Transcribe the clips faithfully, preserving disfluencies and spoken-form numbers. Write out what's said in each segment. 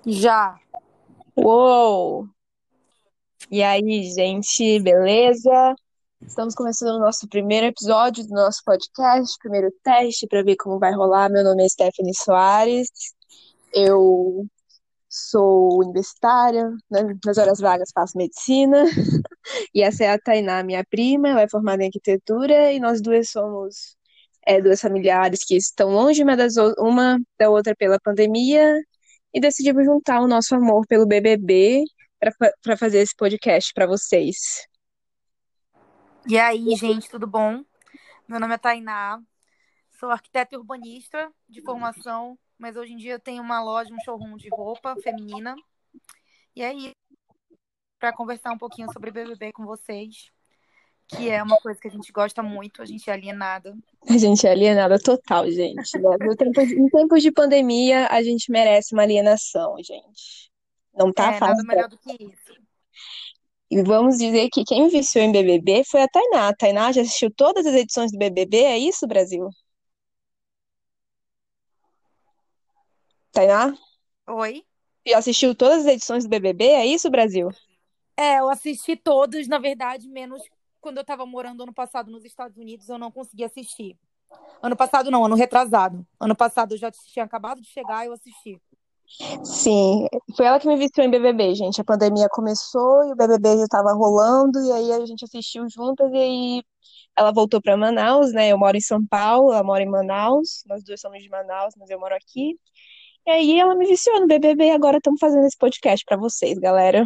Já. Uou! E aí, gente, beleza? Estamos começando o nosso primeiro episódio do nosso podcast, primeiro teste para ver como vai rolar. Meu nome é Stephanie Soares, eu sou universitária, né? Nas horas vagas faço medicina, e essa é a Tainá, minha prima, ela é formada em arquitetura, e nós duas somos é, duas familiares que estão longe uma, das, o- uma da outra pela pandemia, e decidimos juntar o nosso amor pelo B B B para fazer esse podcast para vocês. E aí, gente, tudo bom? Meu nome é Tainá, sou arquiteta e urbanista de formação, mas hoje em dia eu tenho uma loja, um showroom de roupa feminina. E aí, para conversar um pouquinho sobre B B B com vocês, que é uma coisa que a gente gosta muito, a gente é alienada. A gente é alienada total, gente, né? No tempo de- em tempos de pandemia, a gente merece uma alienação, gente. Não tá É, nada fácil, não. melhor do que isso. E vamos dizer que quem me viciou em B B B foi a Tainá. A Tainá já assistiu todas as edições do B B B, é isso, Brasil? Tainá? Oi? Já assistiu todas as edições do B B B, é isso, Brasil? É, eu assisti todos, na verdade, menos quando eu tava morando ano passado nos Estados Unidos, eu não consegui assistir. Ano passado não, ano retrasado. Ano passado eu já tinha acabado de chegar e eu assisti. Sim, foi ela que me viciou em B B B, gente. A pandemia começou e o B B B já estava rolando, e aí a gente assistiu juntas, e aí ela voltou para Manaus, né? Eu moro em São Paulo, ela mora em Manaus, nós duas somos de Manaus, mas eu moro aqui. E aí ela me viciou no B B B e agora estamos fazendo esse podcast para vocês, galera.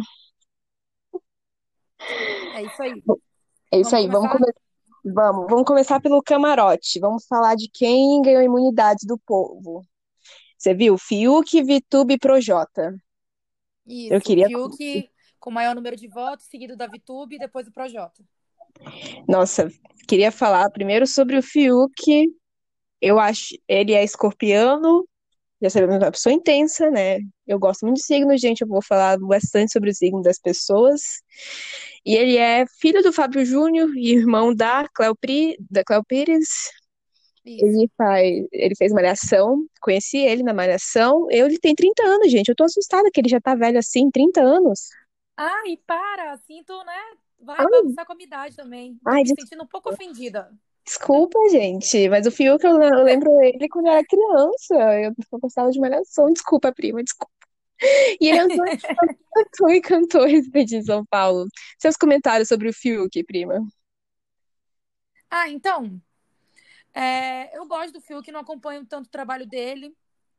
É isso aí. É isso Vamos aí, vamos começar? começar. Vamos, vamos começar pelo camarote. Vamos falar de quem ganhou a imunidade do povo. Você viu? Fiuk, Vitube e Projota. Eu Isso. queria. Fiuk com o maior número de votos, seguido da Vitube e depois do Projota. Nossa, queria falar primeiro sobre o Fiuk. Eu acho ele é escorpiano, já sabemos, é uma pessoa intensa, né? Eu gosto muito de signos, gente. Eu vou falar bastante sobre o signo das pessoas. E ele é filho do Fábio Júnior e irmão da Cléo, Pri, da Cléo Pires. Isso. Ele faz, ele fez Malhação, conheci ele na Malhação. Eu, ele tem trinta anos, gente. Eu tô assustada que ele já tá velho assim, trinta anos. Ai, para! Sinto, né? Vai Ai, bagunçar com a minha idade também. Tô ai, me des- sentindo um pouco ofendida. desculpa, gente. Mas o Fiuk, eu, eu lembro ele quando eu era criança. Eu não gostava de Malhação. Desculpa, prima, desculpa. E ele é um ator e cantor residente em São Paulo. Seus comentários sobre o Fiuk, prima? Ah, então. É, eu gosto do Fiuk, não acompanho tanto o trabalho dele.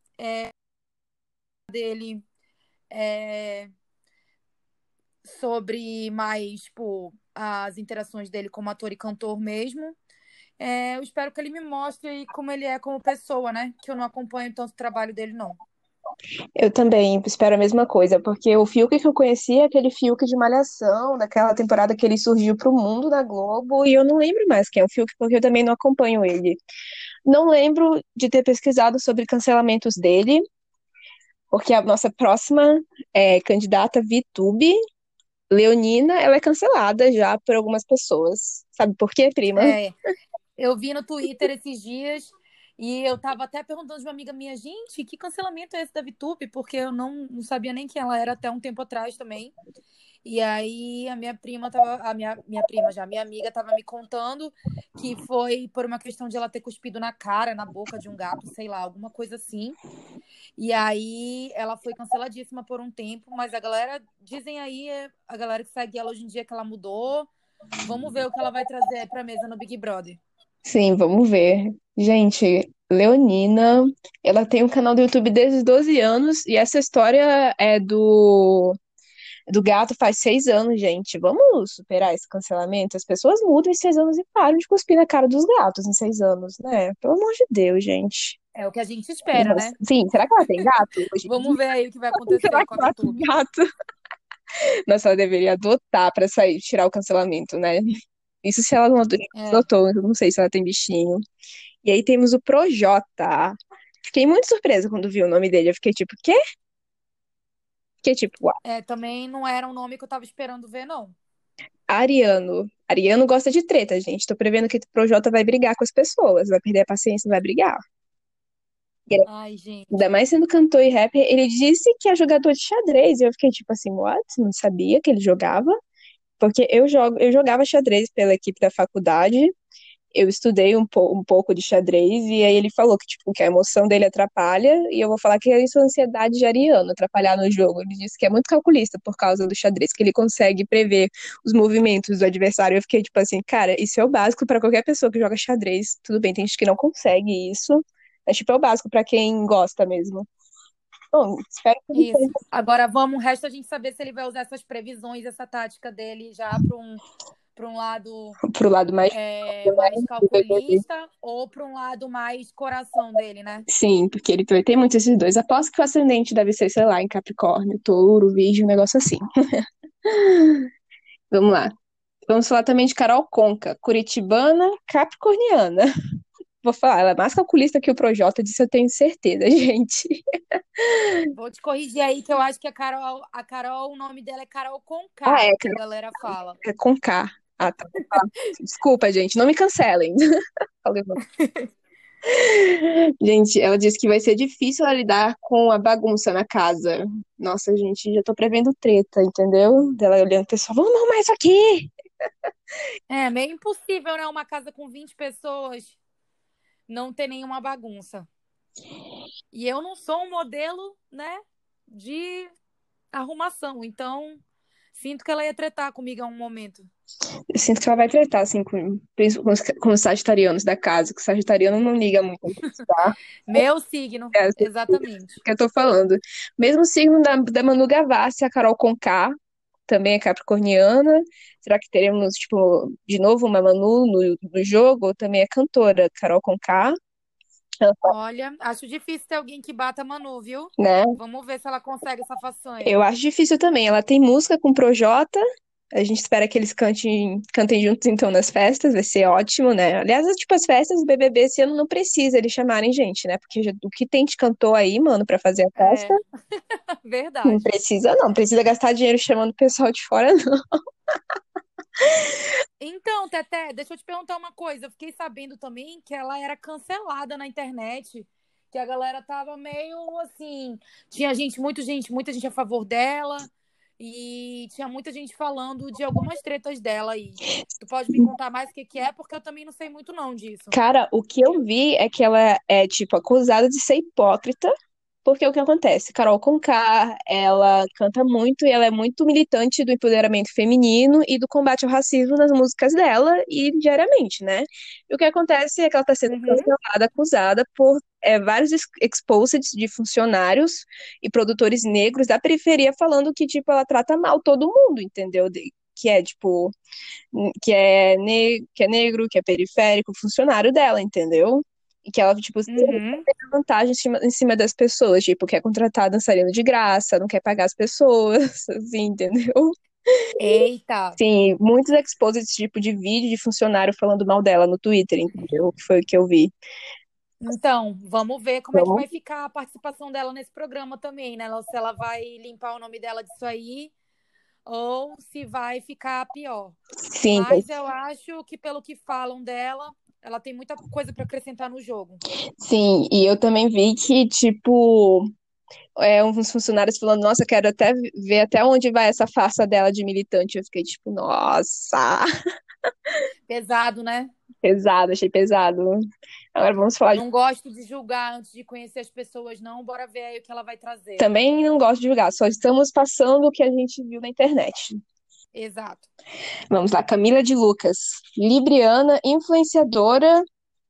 Dele é, sobre mais, tipo, as interações dele como ator e cantor mesmo. É, eu espero que ele me mostre como ele é como pessoa, né? Que eu não acompanho tanto o trabalho dele, não. Eu também espero a mesma coisa, porque o Fiuk que eu conheci é aquele Fiuk de Malhação, daquela temporada que ele surgiu pro mundo da Globo, e eu não lembro mais quem é o Fiuk, porque eu também não acompanho ele. Não lembro de ter pesquisado sobre cancelamentos dele, porque a nossa próxima é, candidata, VTube, Leonina, ela é cancelada já por algumas pessoas. Sabe por quê, prima? É, eu vi no Twitter esses dias e eu tava até perguntando de uma amiga minha, gente, que cancelamento é esse da VTube? Porque eu não, não sabia nem quem ela era até um tempo atrás também. E aí a minha prima tava, a minha, minha prima já, minha amiga tava me contando que foi por uma questão de ela ter cuspido na cara, na boca de um gato, sei lá, alguma coisa assim. E aí ela foi canceladíssima por um tempo, mas a galera, dizem aí, é, a galera que segue ela hoje em dia que ela mudou. Vamos ver o que ela vai trazer pra mesa no Big Brother. Sim, vamos ver. Gente, Leonina, ela tem um canal do YouTube desde os doze anos, e essa história é do do gato faz seis anos, gente. Vamos superar esse cancelamento? As pessoas mudam em seis anos e param de cuspir na cara dos gatos em seis anos, né? Pelo amor de Deus, gente. É o que a gente espera, Nossa, né? sim, será que ela tem gato hoje em Vamos dia? ver aí o que vai Será acontecer com que a ela tem VTube. gato? Nossa, ela deveria adotar pra sair, tirar o cancelamento, né? Isso se ela não É, adotou, eu não sei se ela tem bichinho. E aí temos o Projota. Fiquei muito surpresa quando vi o nome dele. Eu fiquei tipo, quê? Fiquei tipo, uau. é, também não era um nome que eu tava esperando ver, não. Ariano. Ariano gosta de treta, gente. Tô prevendo que o Projota vai brigar com as pessoas. Vai perder a paciência e vai brigar. Ai, Ainda gente. mais sendo cantor e rapper, ele disse que é jogador de xadrez. E eu fiquei tipo assim, what? Não sabia que ele jogava. Porque eu jogo, eu jogava xadrez pela equipe da faculdade. Eu estudei um, po um pouco de xadrez e aí ele falou que, tipo, que a emoção dele atrapalha e eu vou falar que é isso é ansiedade de ariano, atrapalhar no jogo. Ele disse que é muito calculista por causa do xadrez, que ele consegue prever os movimentos do adversário. Eu fiquei tipo assim, cara, isso é o básico para qualquer pessoa que joga xadrez. Tudo bem, tem gente que não consegue isso, mas tipo, é o básico para quem gosta mesmo. Bom, espero que ele Isso. Agora vamos, resta a gente saber se ele vai usar essas previsões, essa tática dele já para um, para um lado tenha pro lado mais é, mais calculista ou para um lado mais coração dele, né? sim, porque ele vai ter muito esses dois. Aposto que o ascendente deve ser, sei lá, em Capricórnio, Touro, Virgem, um negócio assim. Vamos lá. Vamos falar também de Carol Conká, curitibana, capricorniana. Vou falar, ela é mais calculista que o Projota, disso eu tenho certeza, gente. Vou te corrigir aí que eu acho que a Carol, a Carol, o nome dela é Carol com Ah, K, é, que a galera fala. é com K. Ah, tá. Desculpa, gente, não me cancelem. Falei mal. Gente, ela disse que vai ser difícil ela lidar com a bagunça na casa. Nossa, gente, já tô prevendo treta, entendeu? Dela olhando o pessoal, vamos arrumar isso aqui! É meio impossível, né? Uma casa com vinte pessoas não ter nenhuma bagunça. E eu não sou um modelo, né, de arrumação. Então, sinto que ela ia tretar comigo em um momento. Eu sinto que ela vai tretar, assim, com, com os, com os sagitarianos da casa, que o sagitariano não liga muito, tá? Meu signo, É assim exatamente. que eu tô falando. Mesmo signo da, da Manu Gavassi, a Carol Conká, também é capricorniana. Será que teremos, tipo, de novo uma Manu no, no jogo? Também é cantora, Carol Conká, Olha, acho difícil ter alguém que bata a Manu, viu? né? Vamos ver se ela consegue essa façanha. Eu acho difícil também. Ela tem música com o Projota. A gente espera que eles cantem, cantem juntos, então, nas festas. Vai ser ótimo, né? Aliás, tipo, as festas do B B B esse ano não precisa eles chamarem gente, né? Porque já- o que tem de cantor aí, mano, pra fazer a festa, É, não verdade. precisa, não. Precisa gastar dinheiro chamando o pessoal de fora, não. Então, Teté, deixa eu te perguntar uma coisa. Eu fiquei sabendo também que ela era cancelada na internet, que a galera tava meio assim, tinha gente, muita gente, muita gente a favor dela e tinha muita gente falando de algumas tretas dela aí. Tu pode me contar mais o que que é, porque eu também não sei muito não disso. Cara, o que eu vi é que ela é, tipo, acusada de ser hipócrita. Porque o que acontece? Carol Conká, ela canta muito e ela é muito militante do empoderamento feminino e do combate ao racismo nas músicas dela e diariamente, né? E o que acontece é que ela está sendo Uhum, cancelada, acusada por é, vários ex- exposeds de funcionários e produtores negros da periferia falando que, tipo, ela trata mal todo mundo, entendeu? De- que é, tipo, que é, ne que é negro, que é periférico, funcionário dela, entendeu? E que ela, tipo, uhum. vantagem em cima, em cima das pessoas, tipo, quer contratar dançarino de graça, não quer pagar as pessoas, assim, entendeu? Eita. Sim, muitos expôs esse tipo de vídeo de funcionário falando mal dela no Twitter, entendeu? Que foi o que eu vi. Então, vamos ver como é que Vamos? vai ficar a participação dela nesse programa também, né? Se ela vai limpar o nome dela disso aí ou se vai ficar pior. Sim, Mas eu acho que, pelo que falam dela, ela tem muita coisa para acrescentar no jogo. sim, e eu também vi que, tipo, é, uns funcionários falando, nossa, quero até ver até onde vai essa farsa dela de militante. Eu fiquei, tipo, nossa, Pesado, né? pesado, achei pesado. Agora vamos falar de... Não gosto de julgar antes de conhecer as pessoas, não. Bora ver aí o que ela vai trazer. Também não gosto de julgar, só estamos passando o que a gente viu na internet. Exato. Vamos lá, Camila de Lucas, libriana, influenciadora,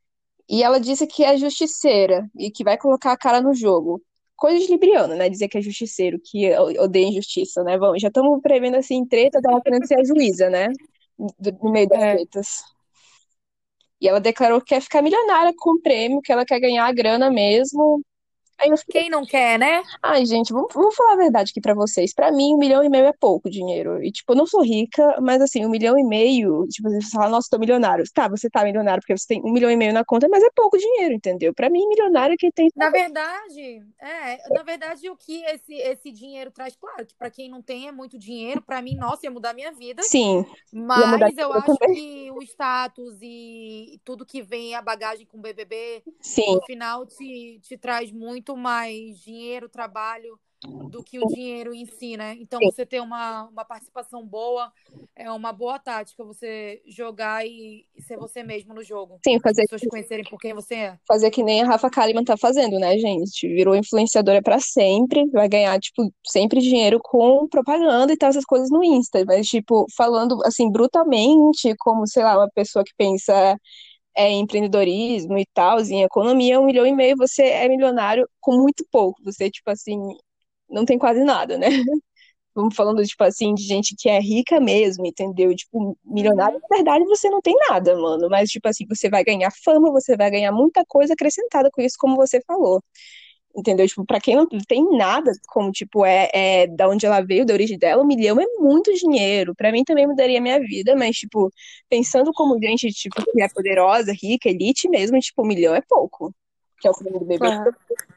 e ela disse que é justiceira e que vai colocar a cara no jogo. Coisa de libriano, né? Dizer que é justiceiro, que odeia injustiça, né? Vamos, já estamos prevendo assim, treta dela querendo ser a juíza, né? Do- No meio das É. tretas. E ela declarou que quer ficar milionária com o prêmio, que ela quer ganhar a grana mesmo. Aí eu fiquei, Quem não quer, né? ai, gente, vamos, vamos falar a verdade aqui pra vocês. Pra mim, um milhão e meio é pouco dinheiro. E, tipo, eu não sou rica, mas, assim, um milhão e meio, tipo, você fala, nossa, tô milionário. Tá, você tá milionário porque você tem um milhão e meio na conta, mas é pouco dinheiro, entendeu? Pra mim, milionário é quem tem. Na verdade, é, na verdade, o que esse, esse dinheiro traz, claro, que para quem não tem é muito dinheiro, para mim, nossa, ia mudar minha vida, Sim, ia mudar de mas eu vida acho também. que o status e tudo que vem a bagagem com o B B B, Sim, no final te, te traz muito mais dinheiro, trabalho do que o dinheiro em si, né? Então, sim, você ter uma, uma participação boa é uma boa tática, você jogar e, e ser você mesmo no jogo. sim, As fazer pessoas te conhecerem por quem você é. fazer que nem a Rafa Kalimann tá fazendo, né, gente? Virou influenciadora pra sempre, vai ganhar, tipo, sempre dinheiro com propaganda e tal, essas coisas no Insta. Mas, tipo, falando, assim, brutalmente, como, sei lá, uma pessoa que pensa é, em empreendedorismo e tal, em economia, um milhão e meio, você é milionário com muito pouco. Você, tipo, assim, não tem quase nada, né? Vamos falando, tipo assim, de gente que é rica mesmo, entendeu? Tipo, milionário, Uhum. na verdade, você não tem nada, mano. Mas, tipo assim, você vai ganhar fama, você vai ganhar muita coisa acrescentada com isso, como você falou. Entendeu? Tipo, pra quem não tem nada, como, tipo, é, é da onde ela veio, da origem dela, um milhão é muito dinheiro. Pra mim também mudaria a minha vida, mas, tipo, pensando como gente, tipo, que é poderosa, rica, elite mesmo, tipo, um milhão é pouco. Que é o prêmio do bebê. Claro.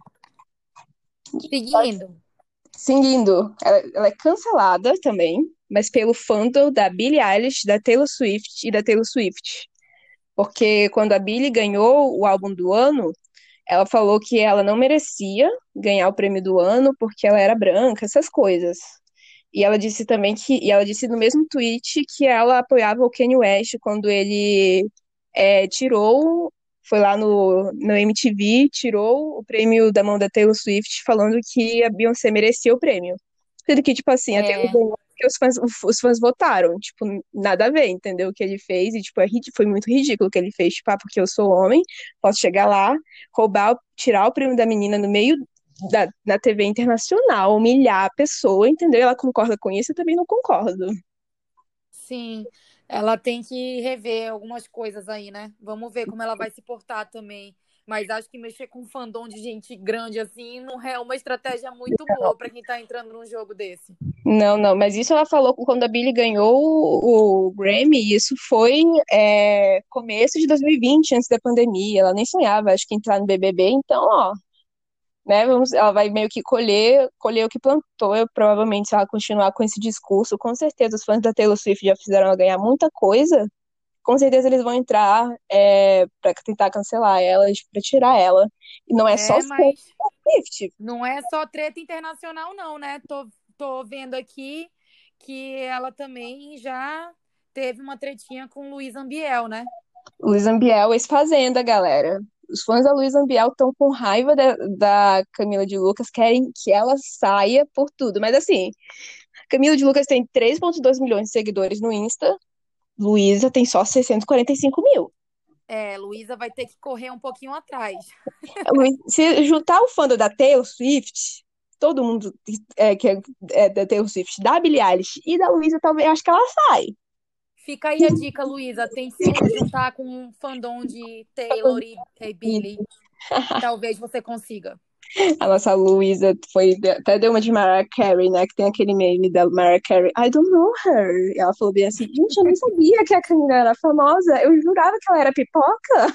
Seguindo. Seguindo, ela, ela é cancelada também, mas pelo fandom da Billie Eilish, da Taylor Swift e da Taylor Swift. Porque quando a Billie ganhou o álbum do ano, ela falou que ela não merecia ganhar o prêmio do ano porque ela era branca, essas coisas. E ela disse também que, e ela disse no mesmo tweet que ela apoiava o Kanye West quando ele é, tirou, foi lá no, no M T V, tirou o prêmio da mão da Taylor Swift, falando que a Beyoncé merecia o prêmio. Sendo que, tipo assim, a Taylor É, ganhou porque os fãs, os fãs votaram. Tipo, nada a ver, entendeu? O que ele fez. E, tipo, é, rid- foi muito ridículo o que ele fez. Tipo, ah, porque eu sou homem, posso chegar lá, roubar, tirar o prêmio da menina no meio da, na T V internacional, humilhar a pessoa, entendeu? Ela concorda com isso, eu também não concordo. sim. Ela tem que rever algumas coisas aí, né? Vamos ver como ela vai se portar também. Mas acho que mexer com um fandom de gente grande assim não é uma estratégia muito boa pra quem tá entrando num jogo desse. Não, não, mas isso ela falou quando a Billie ganhou o, o Grammy, e isso foi é, começo de dois mil e vinte, antes da pandemia. Ela nem sonhava, acho que entrar no B B B, então, ó, né, vamos, ela vai meio que colher, colher o que plantou. Eu, provavelmente, se ela continuar com esse discurso, com certeza os fãs da Taylor Swift já fizeram ela ganhar muita coisa. Com certeza eles vão entrar é, para tentar cancelar ela, para tirar ela. E não é só É, os fãs mas da Swift. não é só treta internacional, não, né? Tô, tô vendo aqui que ela também já teve uma tretinha com Luiz Ambiel, né? Luiz Ambiel, ex-Fazenda, galera. Os fãs da Luiz Ambiel estão com raiva da, da Camila de Lucas, querem que ela saia por tudo. Mas assim, Camila de Lucas tem três vírgula dois milhões de seguidores no Insta, Luísa tem só seiscentos e quarenta e cinco mil. É, Luísa vai ter que correr um pouquinho atrás. Luiz- Se juntar o fã da Taylor Swift, todo mundo é, que é, é da Taylor Swift, da Billie Eilish e da Luísa, talvez acho que ela sai. Fica aí a dica, Luísa. Tem se juntar com um fandom de Taylor e, e Billy, que talvez você consiga. A nossa Luísa foi, até deu uma de Mariah Carey, né? Que tem aquele meme da Mariah Carey. I don't know her. E ela falou bem assim, gente, eu nem sabia que a Camila era famosa. Eu jurava que ela era pipoca.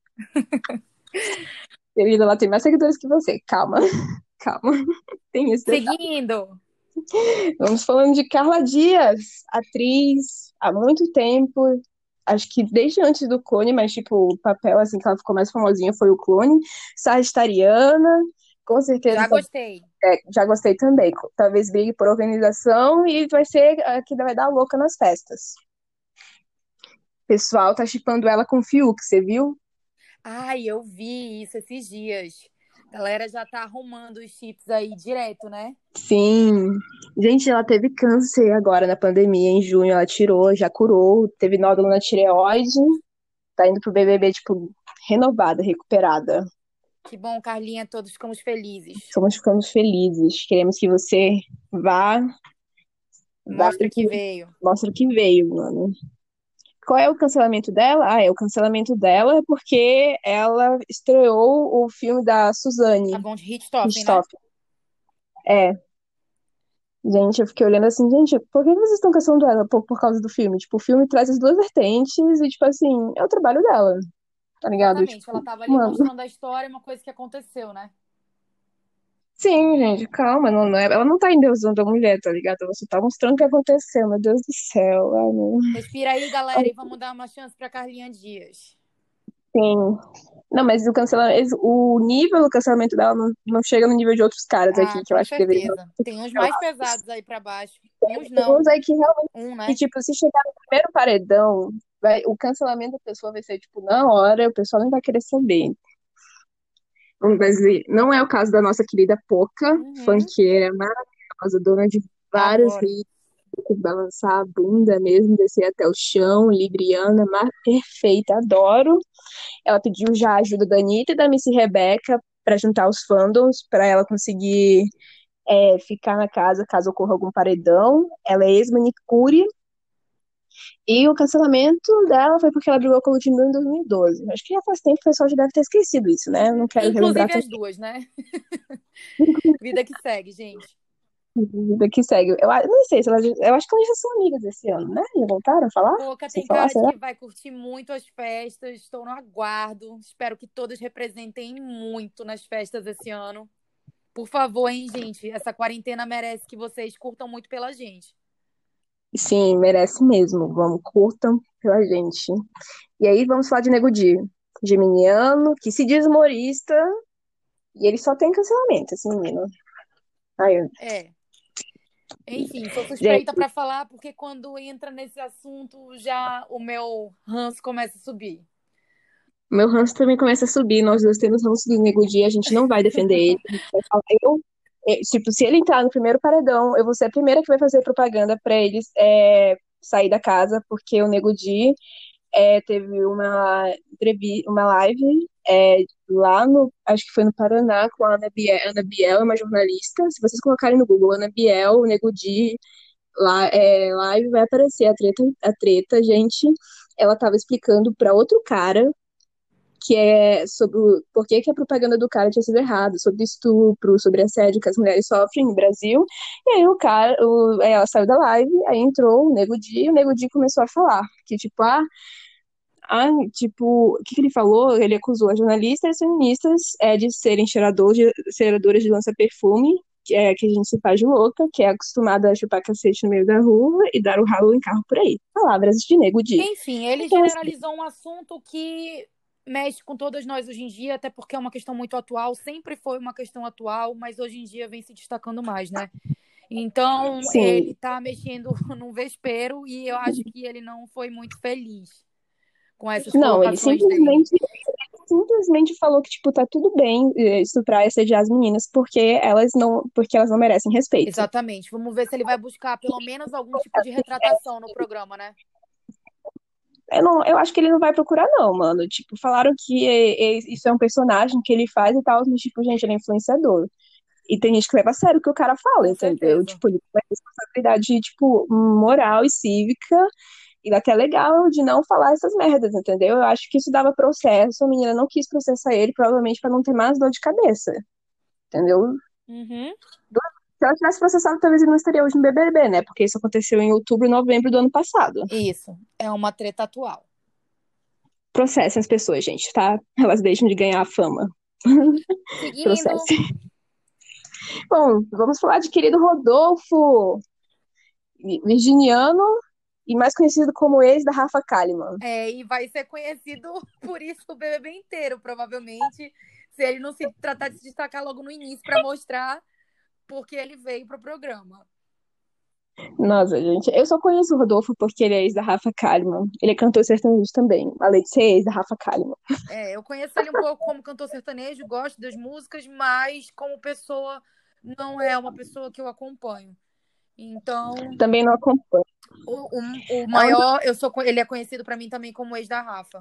Querida, ela tem mais seguidores que você. Calma, calma. Tem esse detalhe. Seguindo. Vamos falando de Carla Dias, atriz há muito tempo. Acho que desde antes do Clone, mas tipo, o papel assim que ela ficou mais famosinha foi o Clone. Sagitariana, com certeza. Já gostei. É, já gostei também. Talvez brigue por organização e vai ser a que vai dar louca nas festas. O pessoal tá chipando ela com o Fiuk, você viu? Ai, eu vi isso esses dias. A galera já tá arrumando os chips aí direto, né? Sim. Gente, ela teve câncer agora na pandemia, em junho ela tirou, já curou, teve nódulo na tireoide, tá indo pro B B B, tipo, renovada, recuperada. Que bom, Carlinha, todos ficamos felizes. Estamos ficando felizes. Queremos que você vá, vá Mostra que veio. mostra o que veio, mano. Qual é o cancelamento dela? Ah, é o cancelamento dela é porque ela estreou o filme da A Suzane Von Richthofen, né? Richthofen. É, gente, eu fiquei olhando assim, gente, por que vocês estão cancelando ela por, por causa do filme? Tipo, o filme traz as duas vertentes e, tipo assim, é o trabalho dela, tá ligado? Exatamente. Ela Tipo, tava ali mano, mostrando a história, uma coisa que aconteceu, né? sim, gente, calma, não, não é, ela não tá endeusando a mulher, tá ligado? Ela só tá mostrando o que aconteceu, meu Deus do céu. Ai, meu. Respira aí, galera, e vamos dar uma chance pra Carlinha Dias. Sim. Não, mas o cancelamento, o nível do cancelamento dela não, não chega no nível de outros caras aqui, Ah, que eu com acho que deveriam certeza. ser Tem uns mais cancelados. pesados aí pra baixo. Uns Tem não. uns aí que realmente, Um, que, né? tipo, se chegar no primeiro paredão, vai, o cancelamento da pessoa vai ser, tipo, na hora, o pessoal nem vai querer saber. Mas não é o caso da nossa querida Poca, Uhum. funkeira maravilhosa, dona de vários Adoro. hits, balançar a bunda mesmo, descer até o chão, libriana, mar... perfeita, adoro. Ela pediu já a ajuda da Anitta e da Missy Rebeca para juntar os fandoms, para ela conseguir é, ficar na casa caso ocorra algum paredão. Ela é ex-manicure. E o cancelamento dela foi porque ela brigou com o Ludmilla em dois mil e doze. Acho que já faz tempo que o pessoal já deve ter esquecido isso, né? Eu não Uhum. quero relembrar Inclusive também. as duas, né? Vida que segue, gente. Vida que segue. Eu a- não sei se elas. Eu acho que elas já são amigas esse ano, né? Já voltaram a falar? Poca Sem tem falar, cara de será? que vai curtir muito as festas. Estou no aguardo. Espero que todas representem muito nas festas esse ano. Por favor, hein, gente? Essa quarentena merece que vocês curtam muito pela gente. Sim, merece mesmo. Vamos, curtam pela gente. E aí vamos falar de Nego Di. Geminiano, que se diz humorista, e ele só tem cancelamento, esse menino. Ai, eu- É. Enfim, sou gente, suspeita para falar porque quando entra nesse assunto já o meu ranço começa a subir. meu ranço também começa a subir. Nós dois temos ranço do Nego Di, a gente não vai defender ele. A gente vai falar, eu, é, tipo, se ele entrar no primeiro paredão, eu vou ser a primeira que vai fazer propaganda pra ele é, sair da casa, porque o Nego Di é, teve uma entrevista, uma live é, lá no, acho que foi no Paraná, com a Ana Biel. Ana Biel é uma jornalista. Se vocês colocarem no Google Ana Biel, Nego Di, lá, é, live, vai aparecer a treta, a treta, gente. Ela tava explicando pra outro cara que é sobre o, por que, que a propaganda do cara tinha sido errada, sobre estupro, sobre assédio que as mulheres sofrem no Brasil. E aí o cara, o, aí ela saiu da live, aí entrou o Nego Di, e o Nego Di começou a falar que, tipo, ah, ah, tipo, o que, que ele falou? Ele acusou as jornalistas feministas é, de serem cheiradores de, cheiradoras de lança-perfume, que é que a gente se faz de louca, que é acostumada a chupar cacete no meio da rua e dar o ralo em carro por aí. Palavras de Nego Di. Enfim, ele Então, assim, generalizou um assunto que mexe com todas nós hoje em dia, até porque é uma questão muito atual, sempre foi uma questão atual, mas hoje em dia vem se destacando mais, né? Então, sim, ele tá mexendo num vespeiro e eu acho que ele não foi muito feliz com essas não, ele colocações dele. simplesmente, simplesmente falou que, tipo, tá tudo bem eh, estuprar e assediar as meninas porque elas não, porque elas não merecem respeito. Exatamente. Vamos ver se ele vai buscar pelo menos algum tipo de retratação no programa, né? Eu, não, eu acho que ele não vai procurar, não, mano. Tipo, falaram que é- é- isso é um personagem que ele faz e tal, mas, tipo, gente, ele é influenciador. E tem gente que leva a sério o que o cara fala, Com entendeu? certeza. Tipo, ele tem responsabilidade, tipo, moral e cívica, e até legal de não falar essas merdas, entendeu? Eu acho que isso dava processo, a menina não quis processar ele, provavelmente pra não ter mais dor de cabeça, entendeu? Uhum. Se ela tivesse processado, talvez ele não estaria hoje no B B B, né? Porque isso aconteceu em outubro e novembro do ano passado. Isso. É uma treta atual. Processem as pessoas, gente, tá? Elas deixam de ganhar a fama. Seguindo, Processem. Bom, vamos falar de querido Rodolfo, virginiano e mais conhecido como ex da Rafa Kalimann. é, e vai ser conhecido por isso o B B B inteiro, provavelmente, se ele não se tratar de se destacar logo no início para mostrar porque ele veio pro programa. Nossa, gente, eu só conheço o Rodolfo porque ele é ex da Rafa Kalimann. Ele é cantor sertanejo também, além de ser ex da Rafa Kalimann. É, eu conheço ele um pouco como cantor sertanejo, gosto das músicas, mas como pessoa, não é uma pessoa que eu acompanho. Então, Também não acompanho. o, o, o A única- maior, eu sou, ele é conhecido para mim também como ex da Rafa.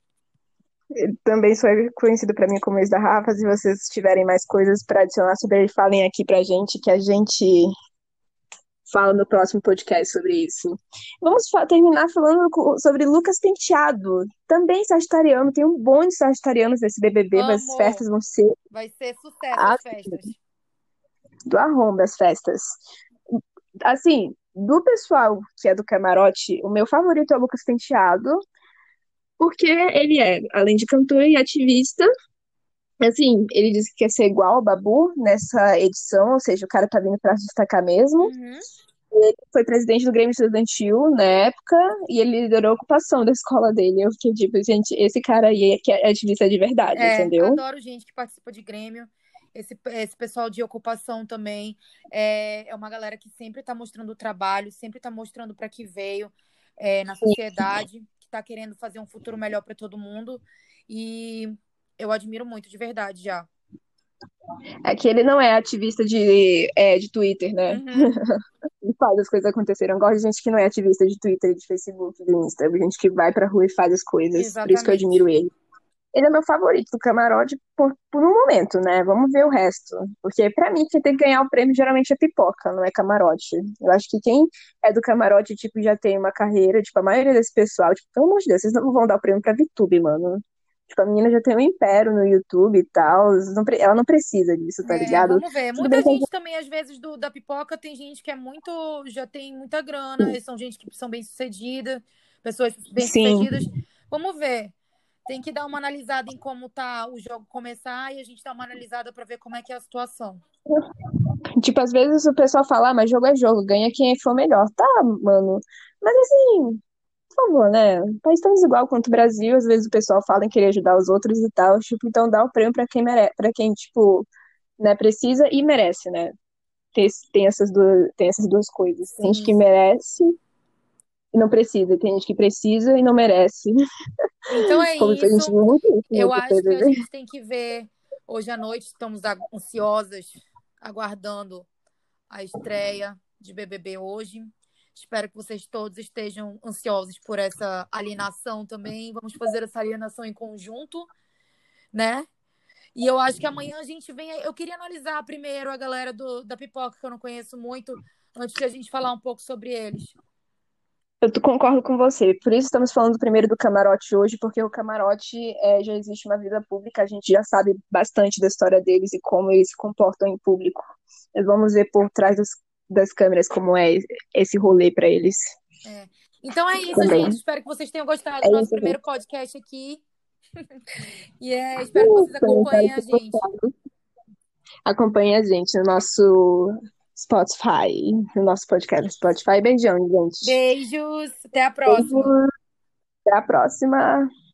Ele também só é conhecido pra mim como ex da Rafa. Se vocês tiverem mais coisas pra adicionar sobre ele, falem aqui pra gente que a gente falo no próximo podcast sobre isso. Vamos fa- terminar falando co- sobre Lucas Penteado, também sagitariano. Tem um bonde de sagitarianos nesse B B B, mas as Amo! festas vão ser Vai ser sucesso as as festas. do arromba as festas. Assim, do pessoal que é do camarote, o meu favorito é o Lucas Penteado, porque ele é, além de cantor e ativista, assim, ele disse que quer ser igual ao Babu nessa edição, ou seja, o cara tá vindo pra se destacar mesmo. Uhum. Foi presidente do Grêmio Estudantil na época e ele liderou a ocupação da escola dele. Eu fiquei tipo, gente, esse cara aí é que é ativista de verdade, É, entendeu? adoro gente que participa de Grêmio. Esse, esse pessoal de ocupação também é, é uma galera que sempre está mostrando o trabalho, sempre está mostrando para que veio é, na sociedade, que está querendo fazer um futuro melhor para todo mundo. E eu admiro muito, de verdade, já. É que ele não é ativista de, é, de Twitter, né? Uhum, E faz as coisas acontecerem. Eu gosto de gente que não é ativista de Twitter, de Facebook, de Insta. Gente que vai pra rua e faz as coisas. Por isso que eu exatamente. admiro ele. Ele é meu favorito do camarote por, por um momento, né? Vamos ver o resto. Porque pra mim, quem tem que ganhar o prêmio geralmente é pipoca, não é camarote. Eu acho que quem é do camarote, tipo, já tem uma carreira, tipo, a maioria desse pessoal, tipo, pelo amor de Deus, vocês não vão dar o prêmio pra VTube, mano. Tipo, a menina já tem um império no YouTube e tal. não pre- Ela não precisa disso, tá É, ligado? vamos ver. Tudo bem Muita que gente também, às vezes, do, da pipoca, tem gente que é muito, já tem muita grana, e são gente que são bem-sucedidas, pessoas sim. bem-sucedidas. Vamos ver. Tem que dar uma analisada em como tá o jogo começar e a gente dá uma analisada para ver como é que é a situação. Tipo, às vezes o pessoal fala, ah, mas jogo é jogo, ganha quem for melhor. Tá, mano. Mas assim, por favor, né? País tão desigual quanto o Brasil, às vezes o pessoal fala em querer ajudar os outros e tal. Tipo, então dá o prêmio pra quem merece, para quem, tipo, né, precisa e merece, né? Tem, esse- tem essas duas, tem essas duas coisas. Tem gente Sim, que sim. merece e não precisa, tem gente que precisa e não merece. Então é Como se a gente isso. viu muito isso no Eu acho que a B B B. gente tem que ver hoje à noite, estamos ansiosas, aguardando a estreia de B B B hoje. Espero que vocês todos estejam ansiosos por essa alienação também. Vamos fazer essa alienação em conjunto, né? E eu acho que amanhã a gente vem. Eu queria analisar primeiro a galera do, da pipoca, que eu não conheço muito, antes de a gente falar um pouco sobre eles. Eu t- concordo com você. Por isso estamos falando primeiro do camarote hoje, porque o camarote é, já existe uma vida pública, a gente já sabe bastante da história deles e como eles se comportam em público. Mas vamos ver por trás dos- das câmeras como é esse rolê para eles É. Então é isso, gente. também. Espero que vocês tenham gostado É do nosso isso, primeiro gente. podcast aqui. E é, espero que vocês Uh, também espero acompanhem a que gente. gostado. Acompanhe a gente no nosso Spotify, no nosso podcast no Spotify. Beijão, gente. Beijos, até a próxima. Beijo, até a próxima.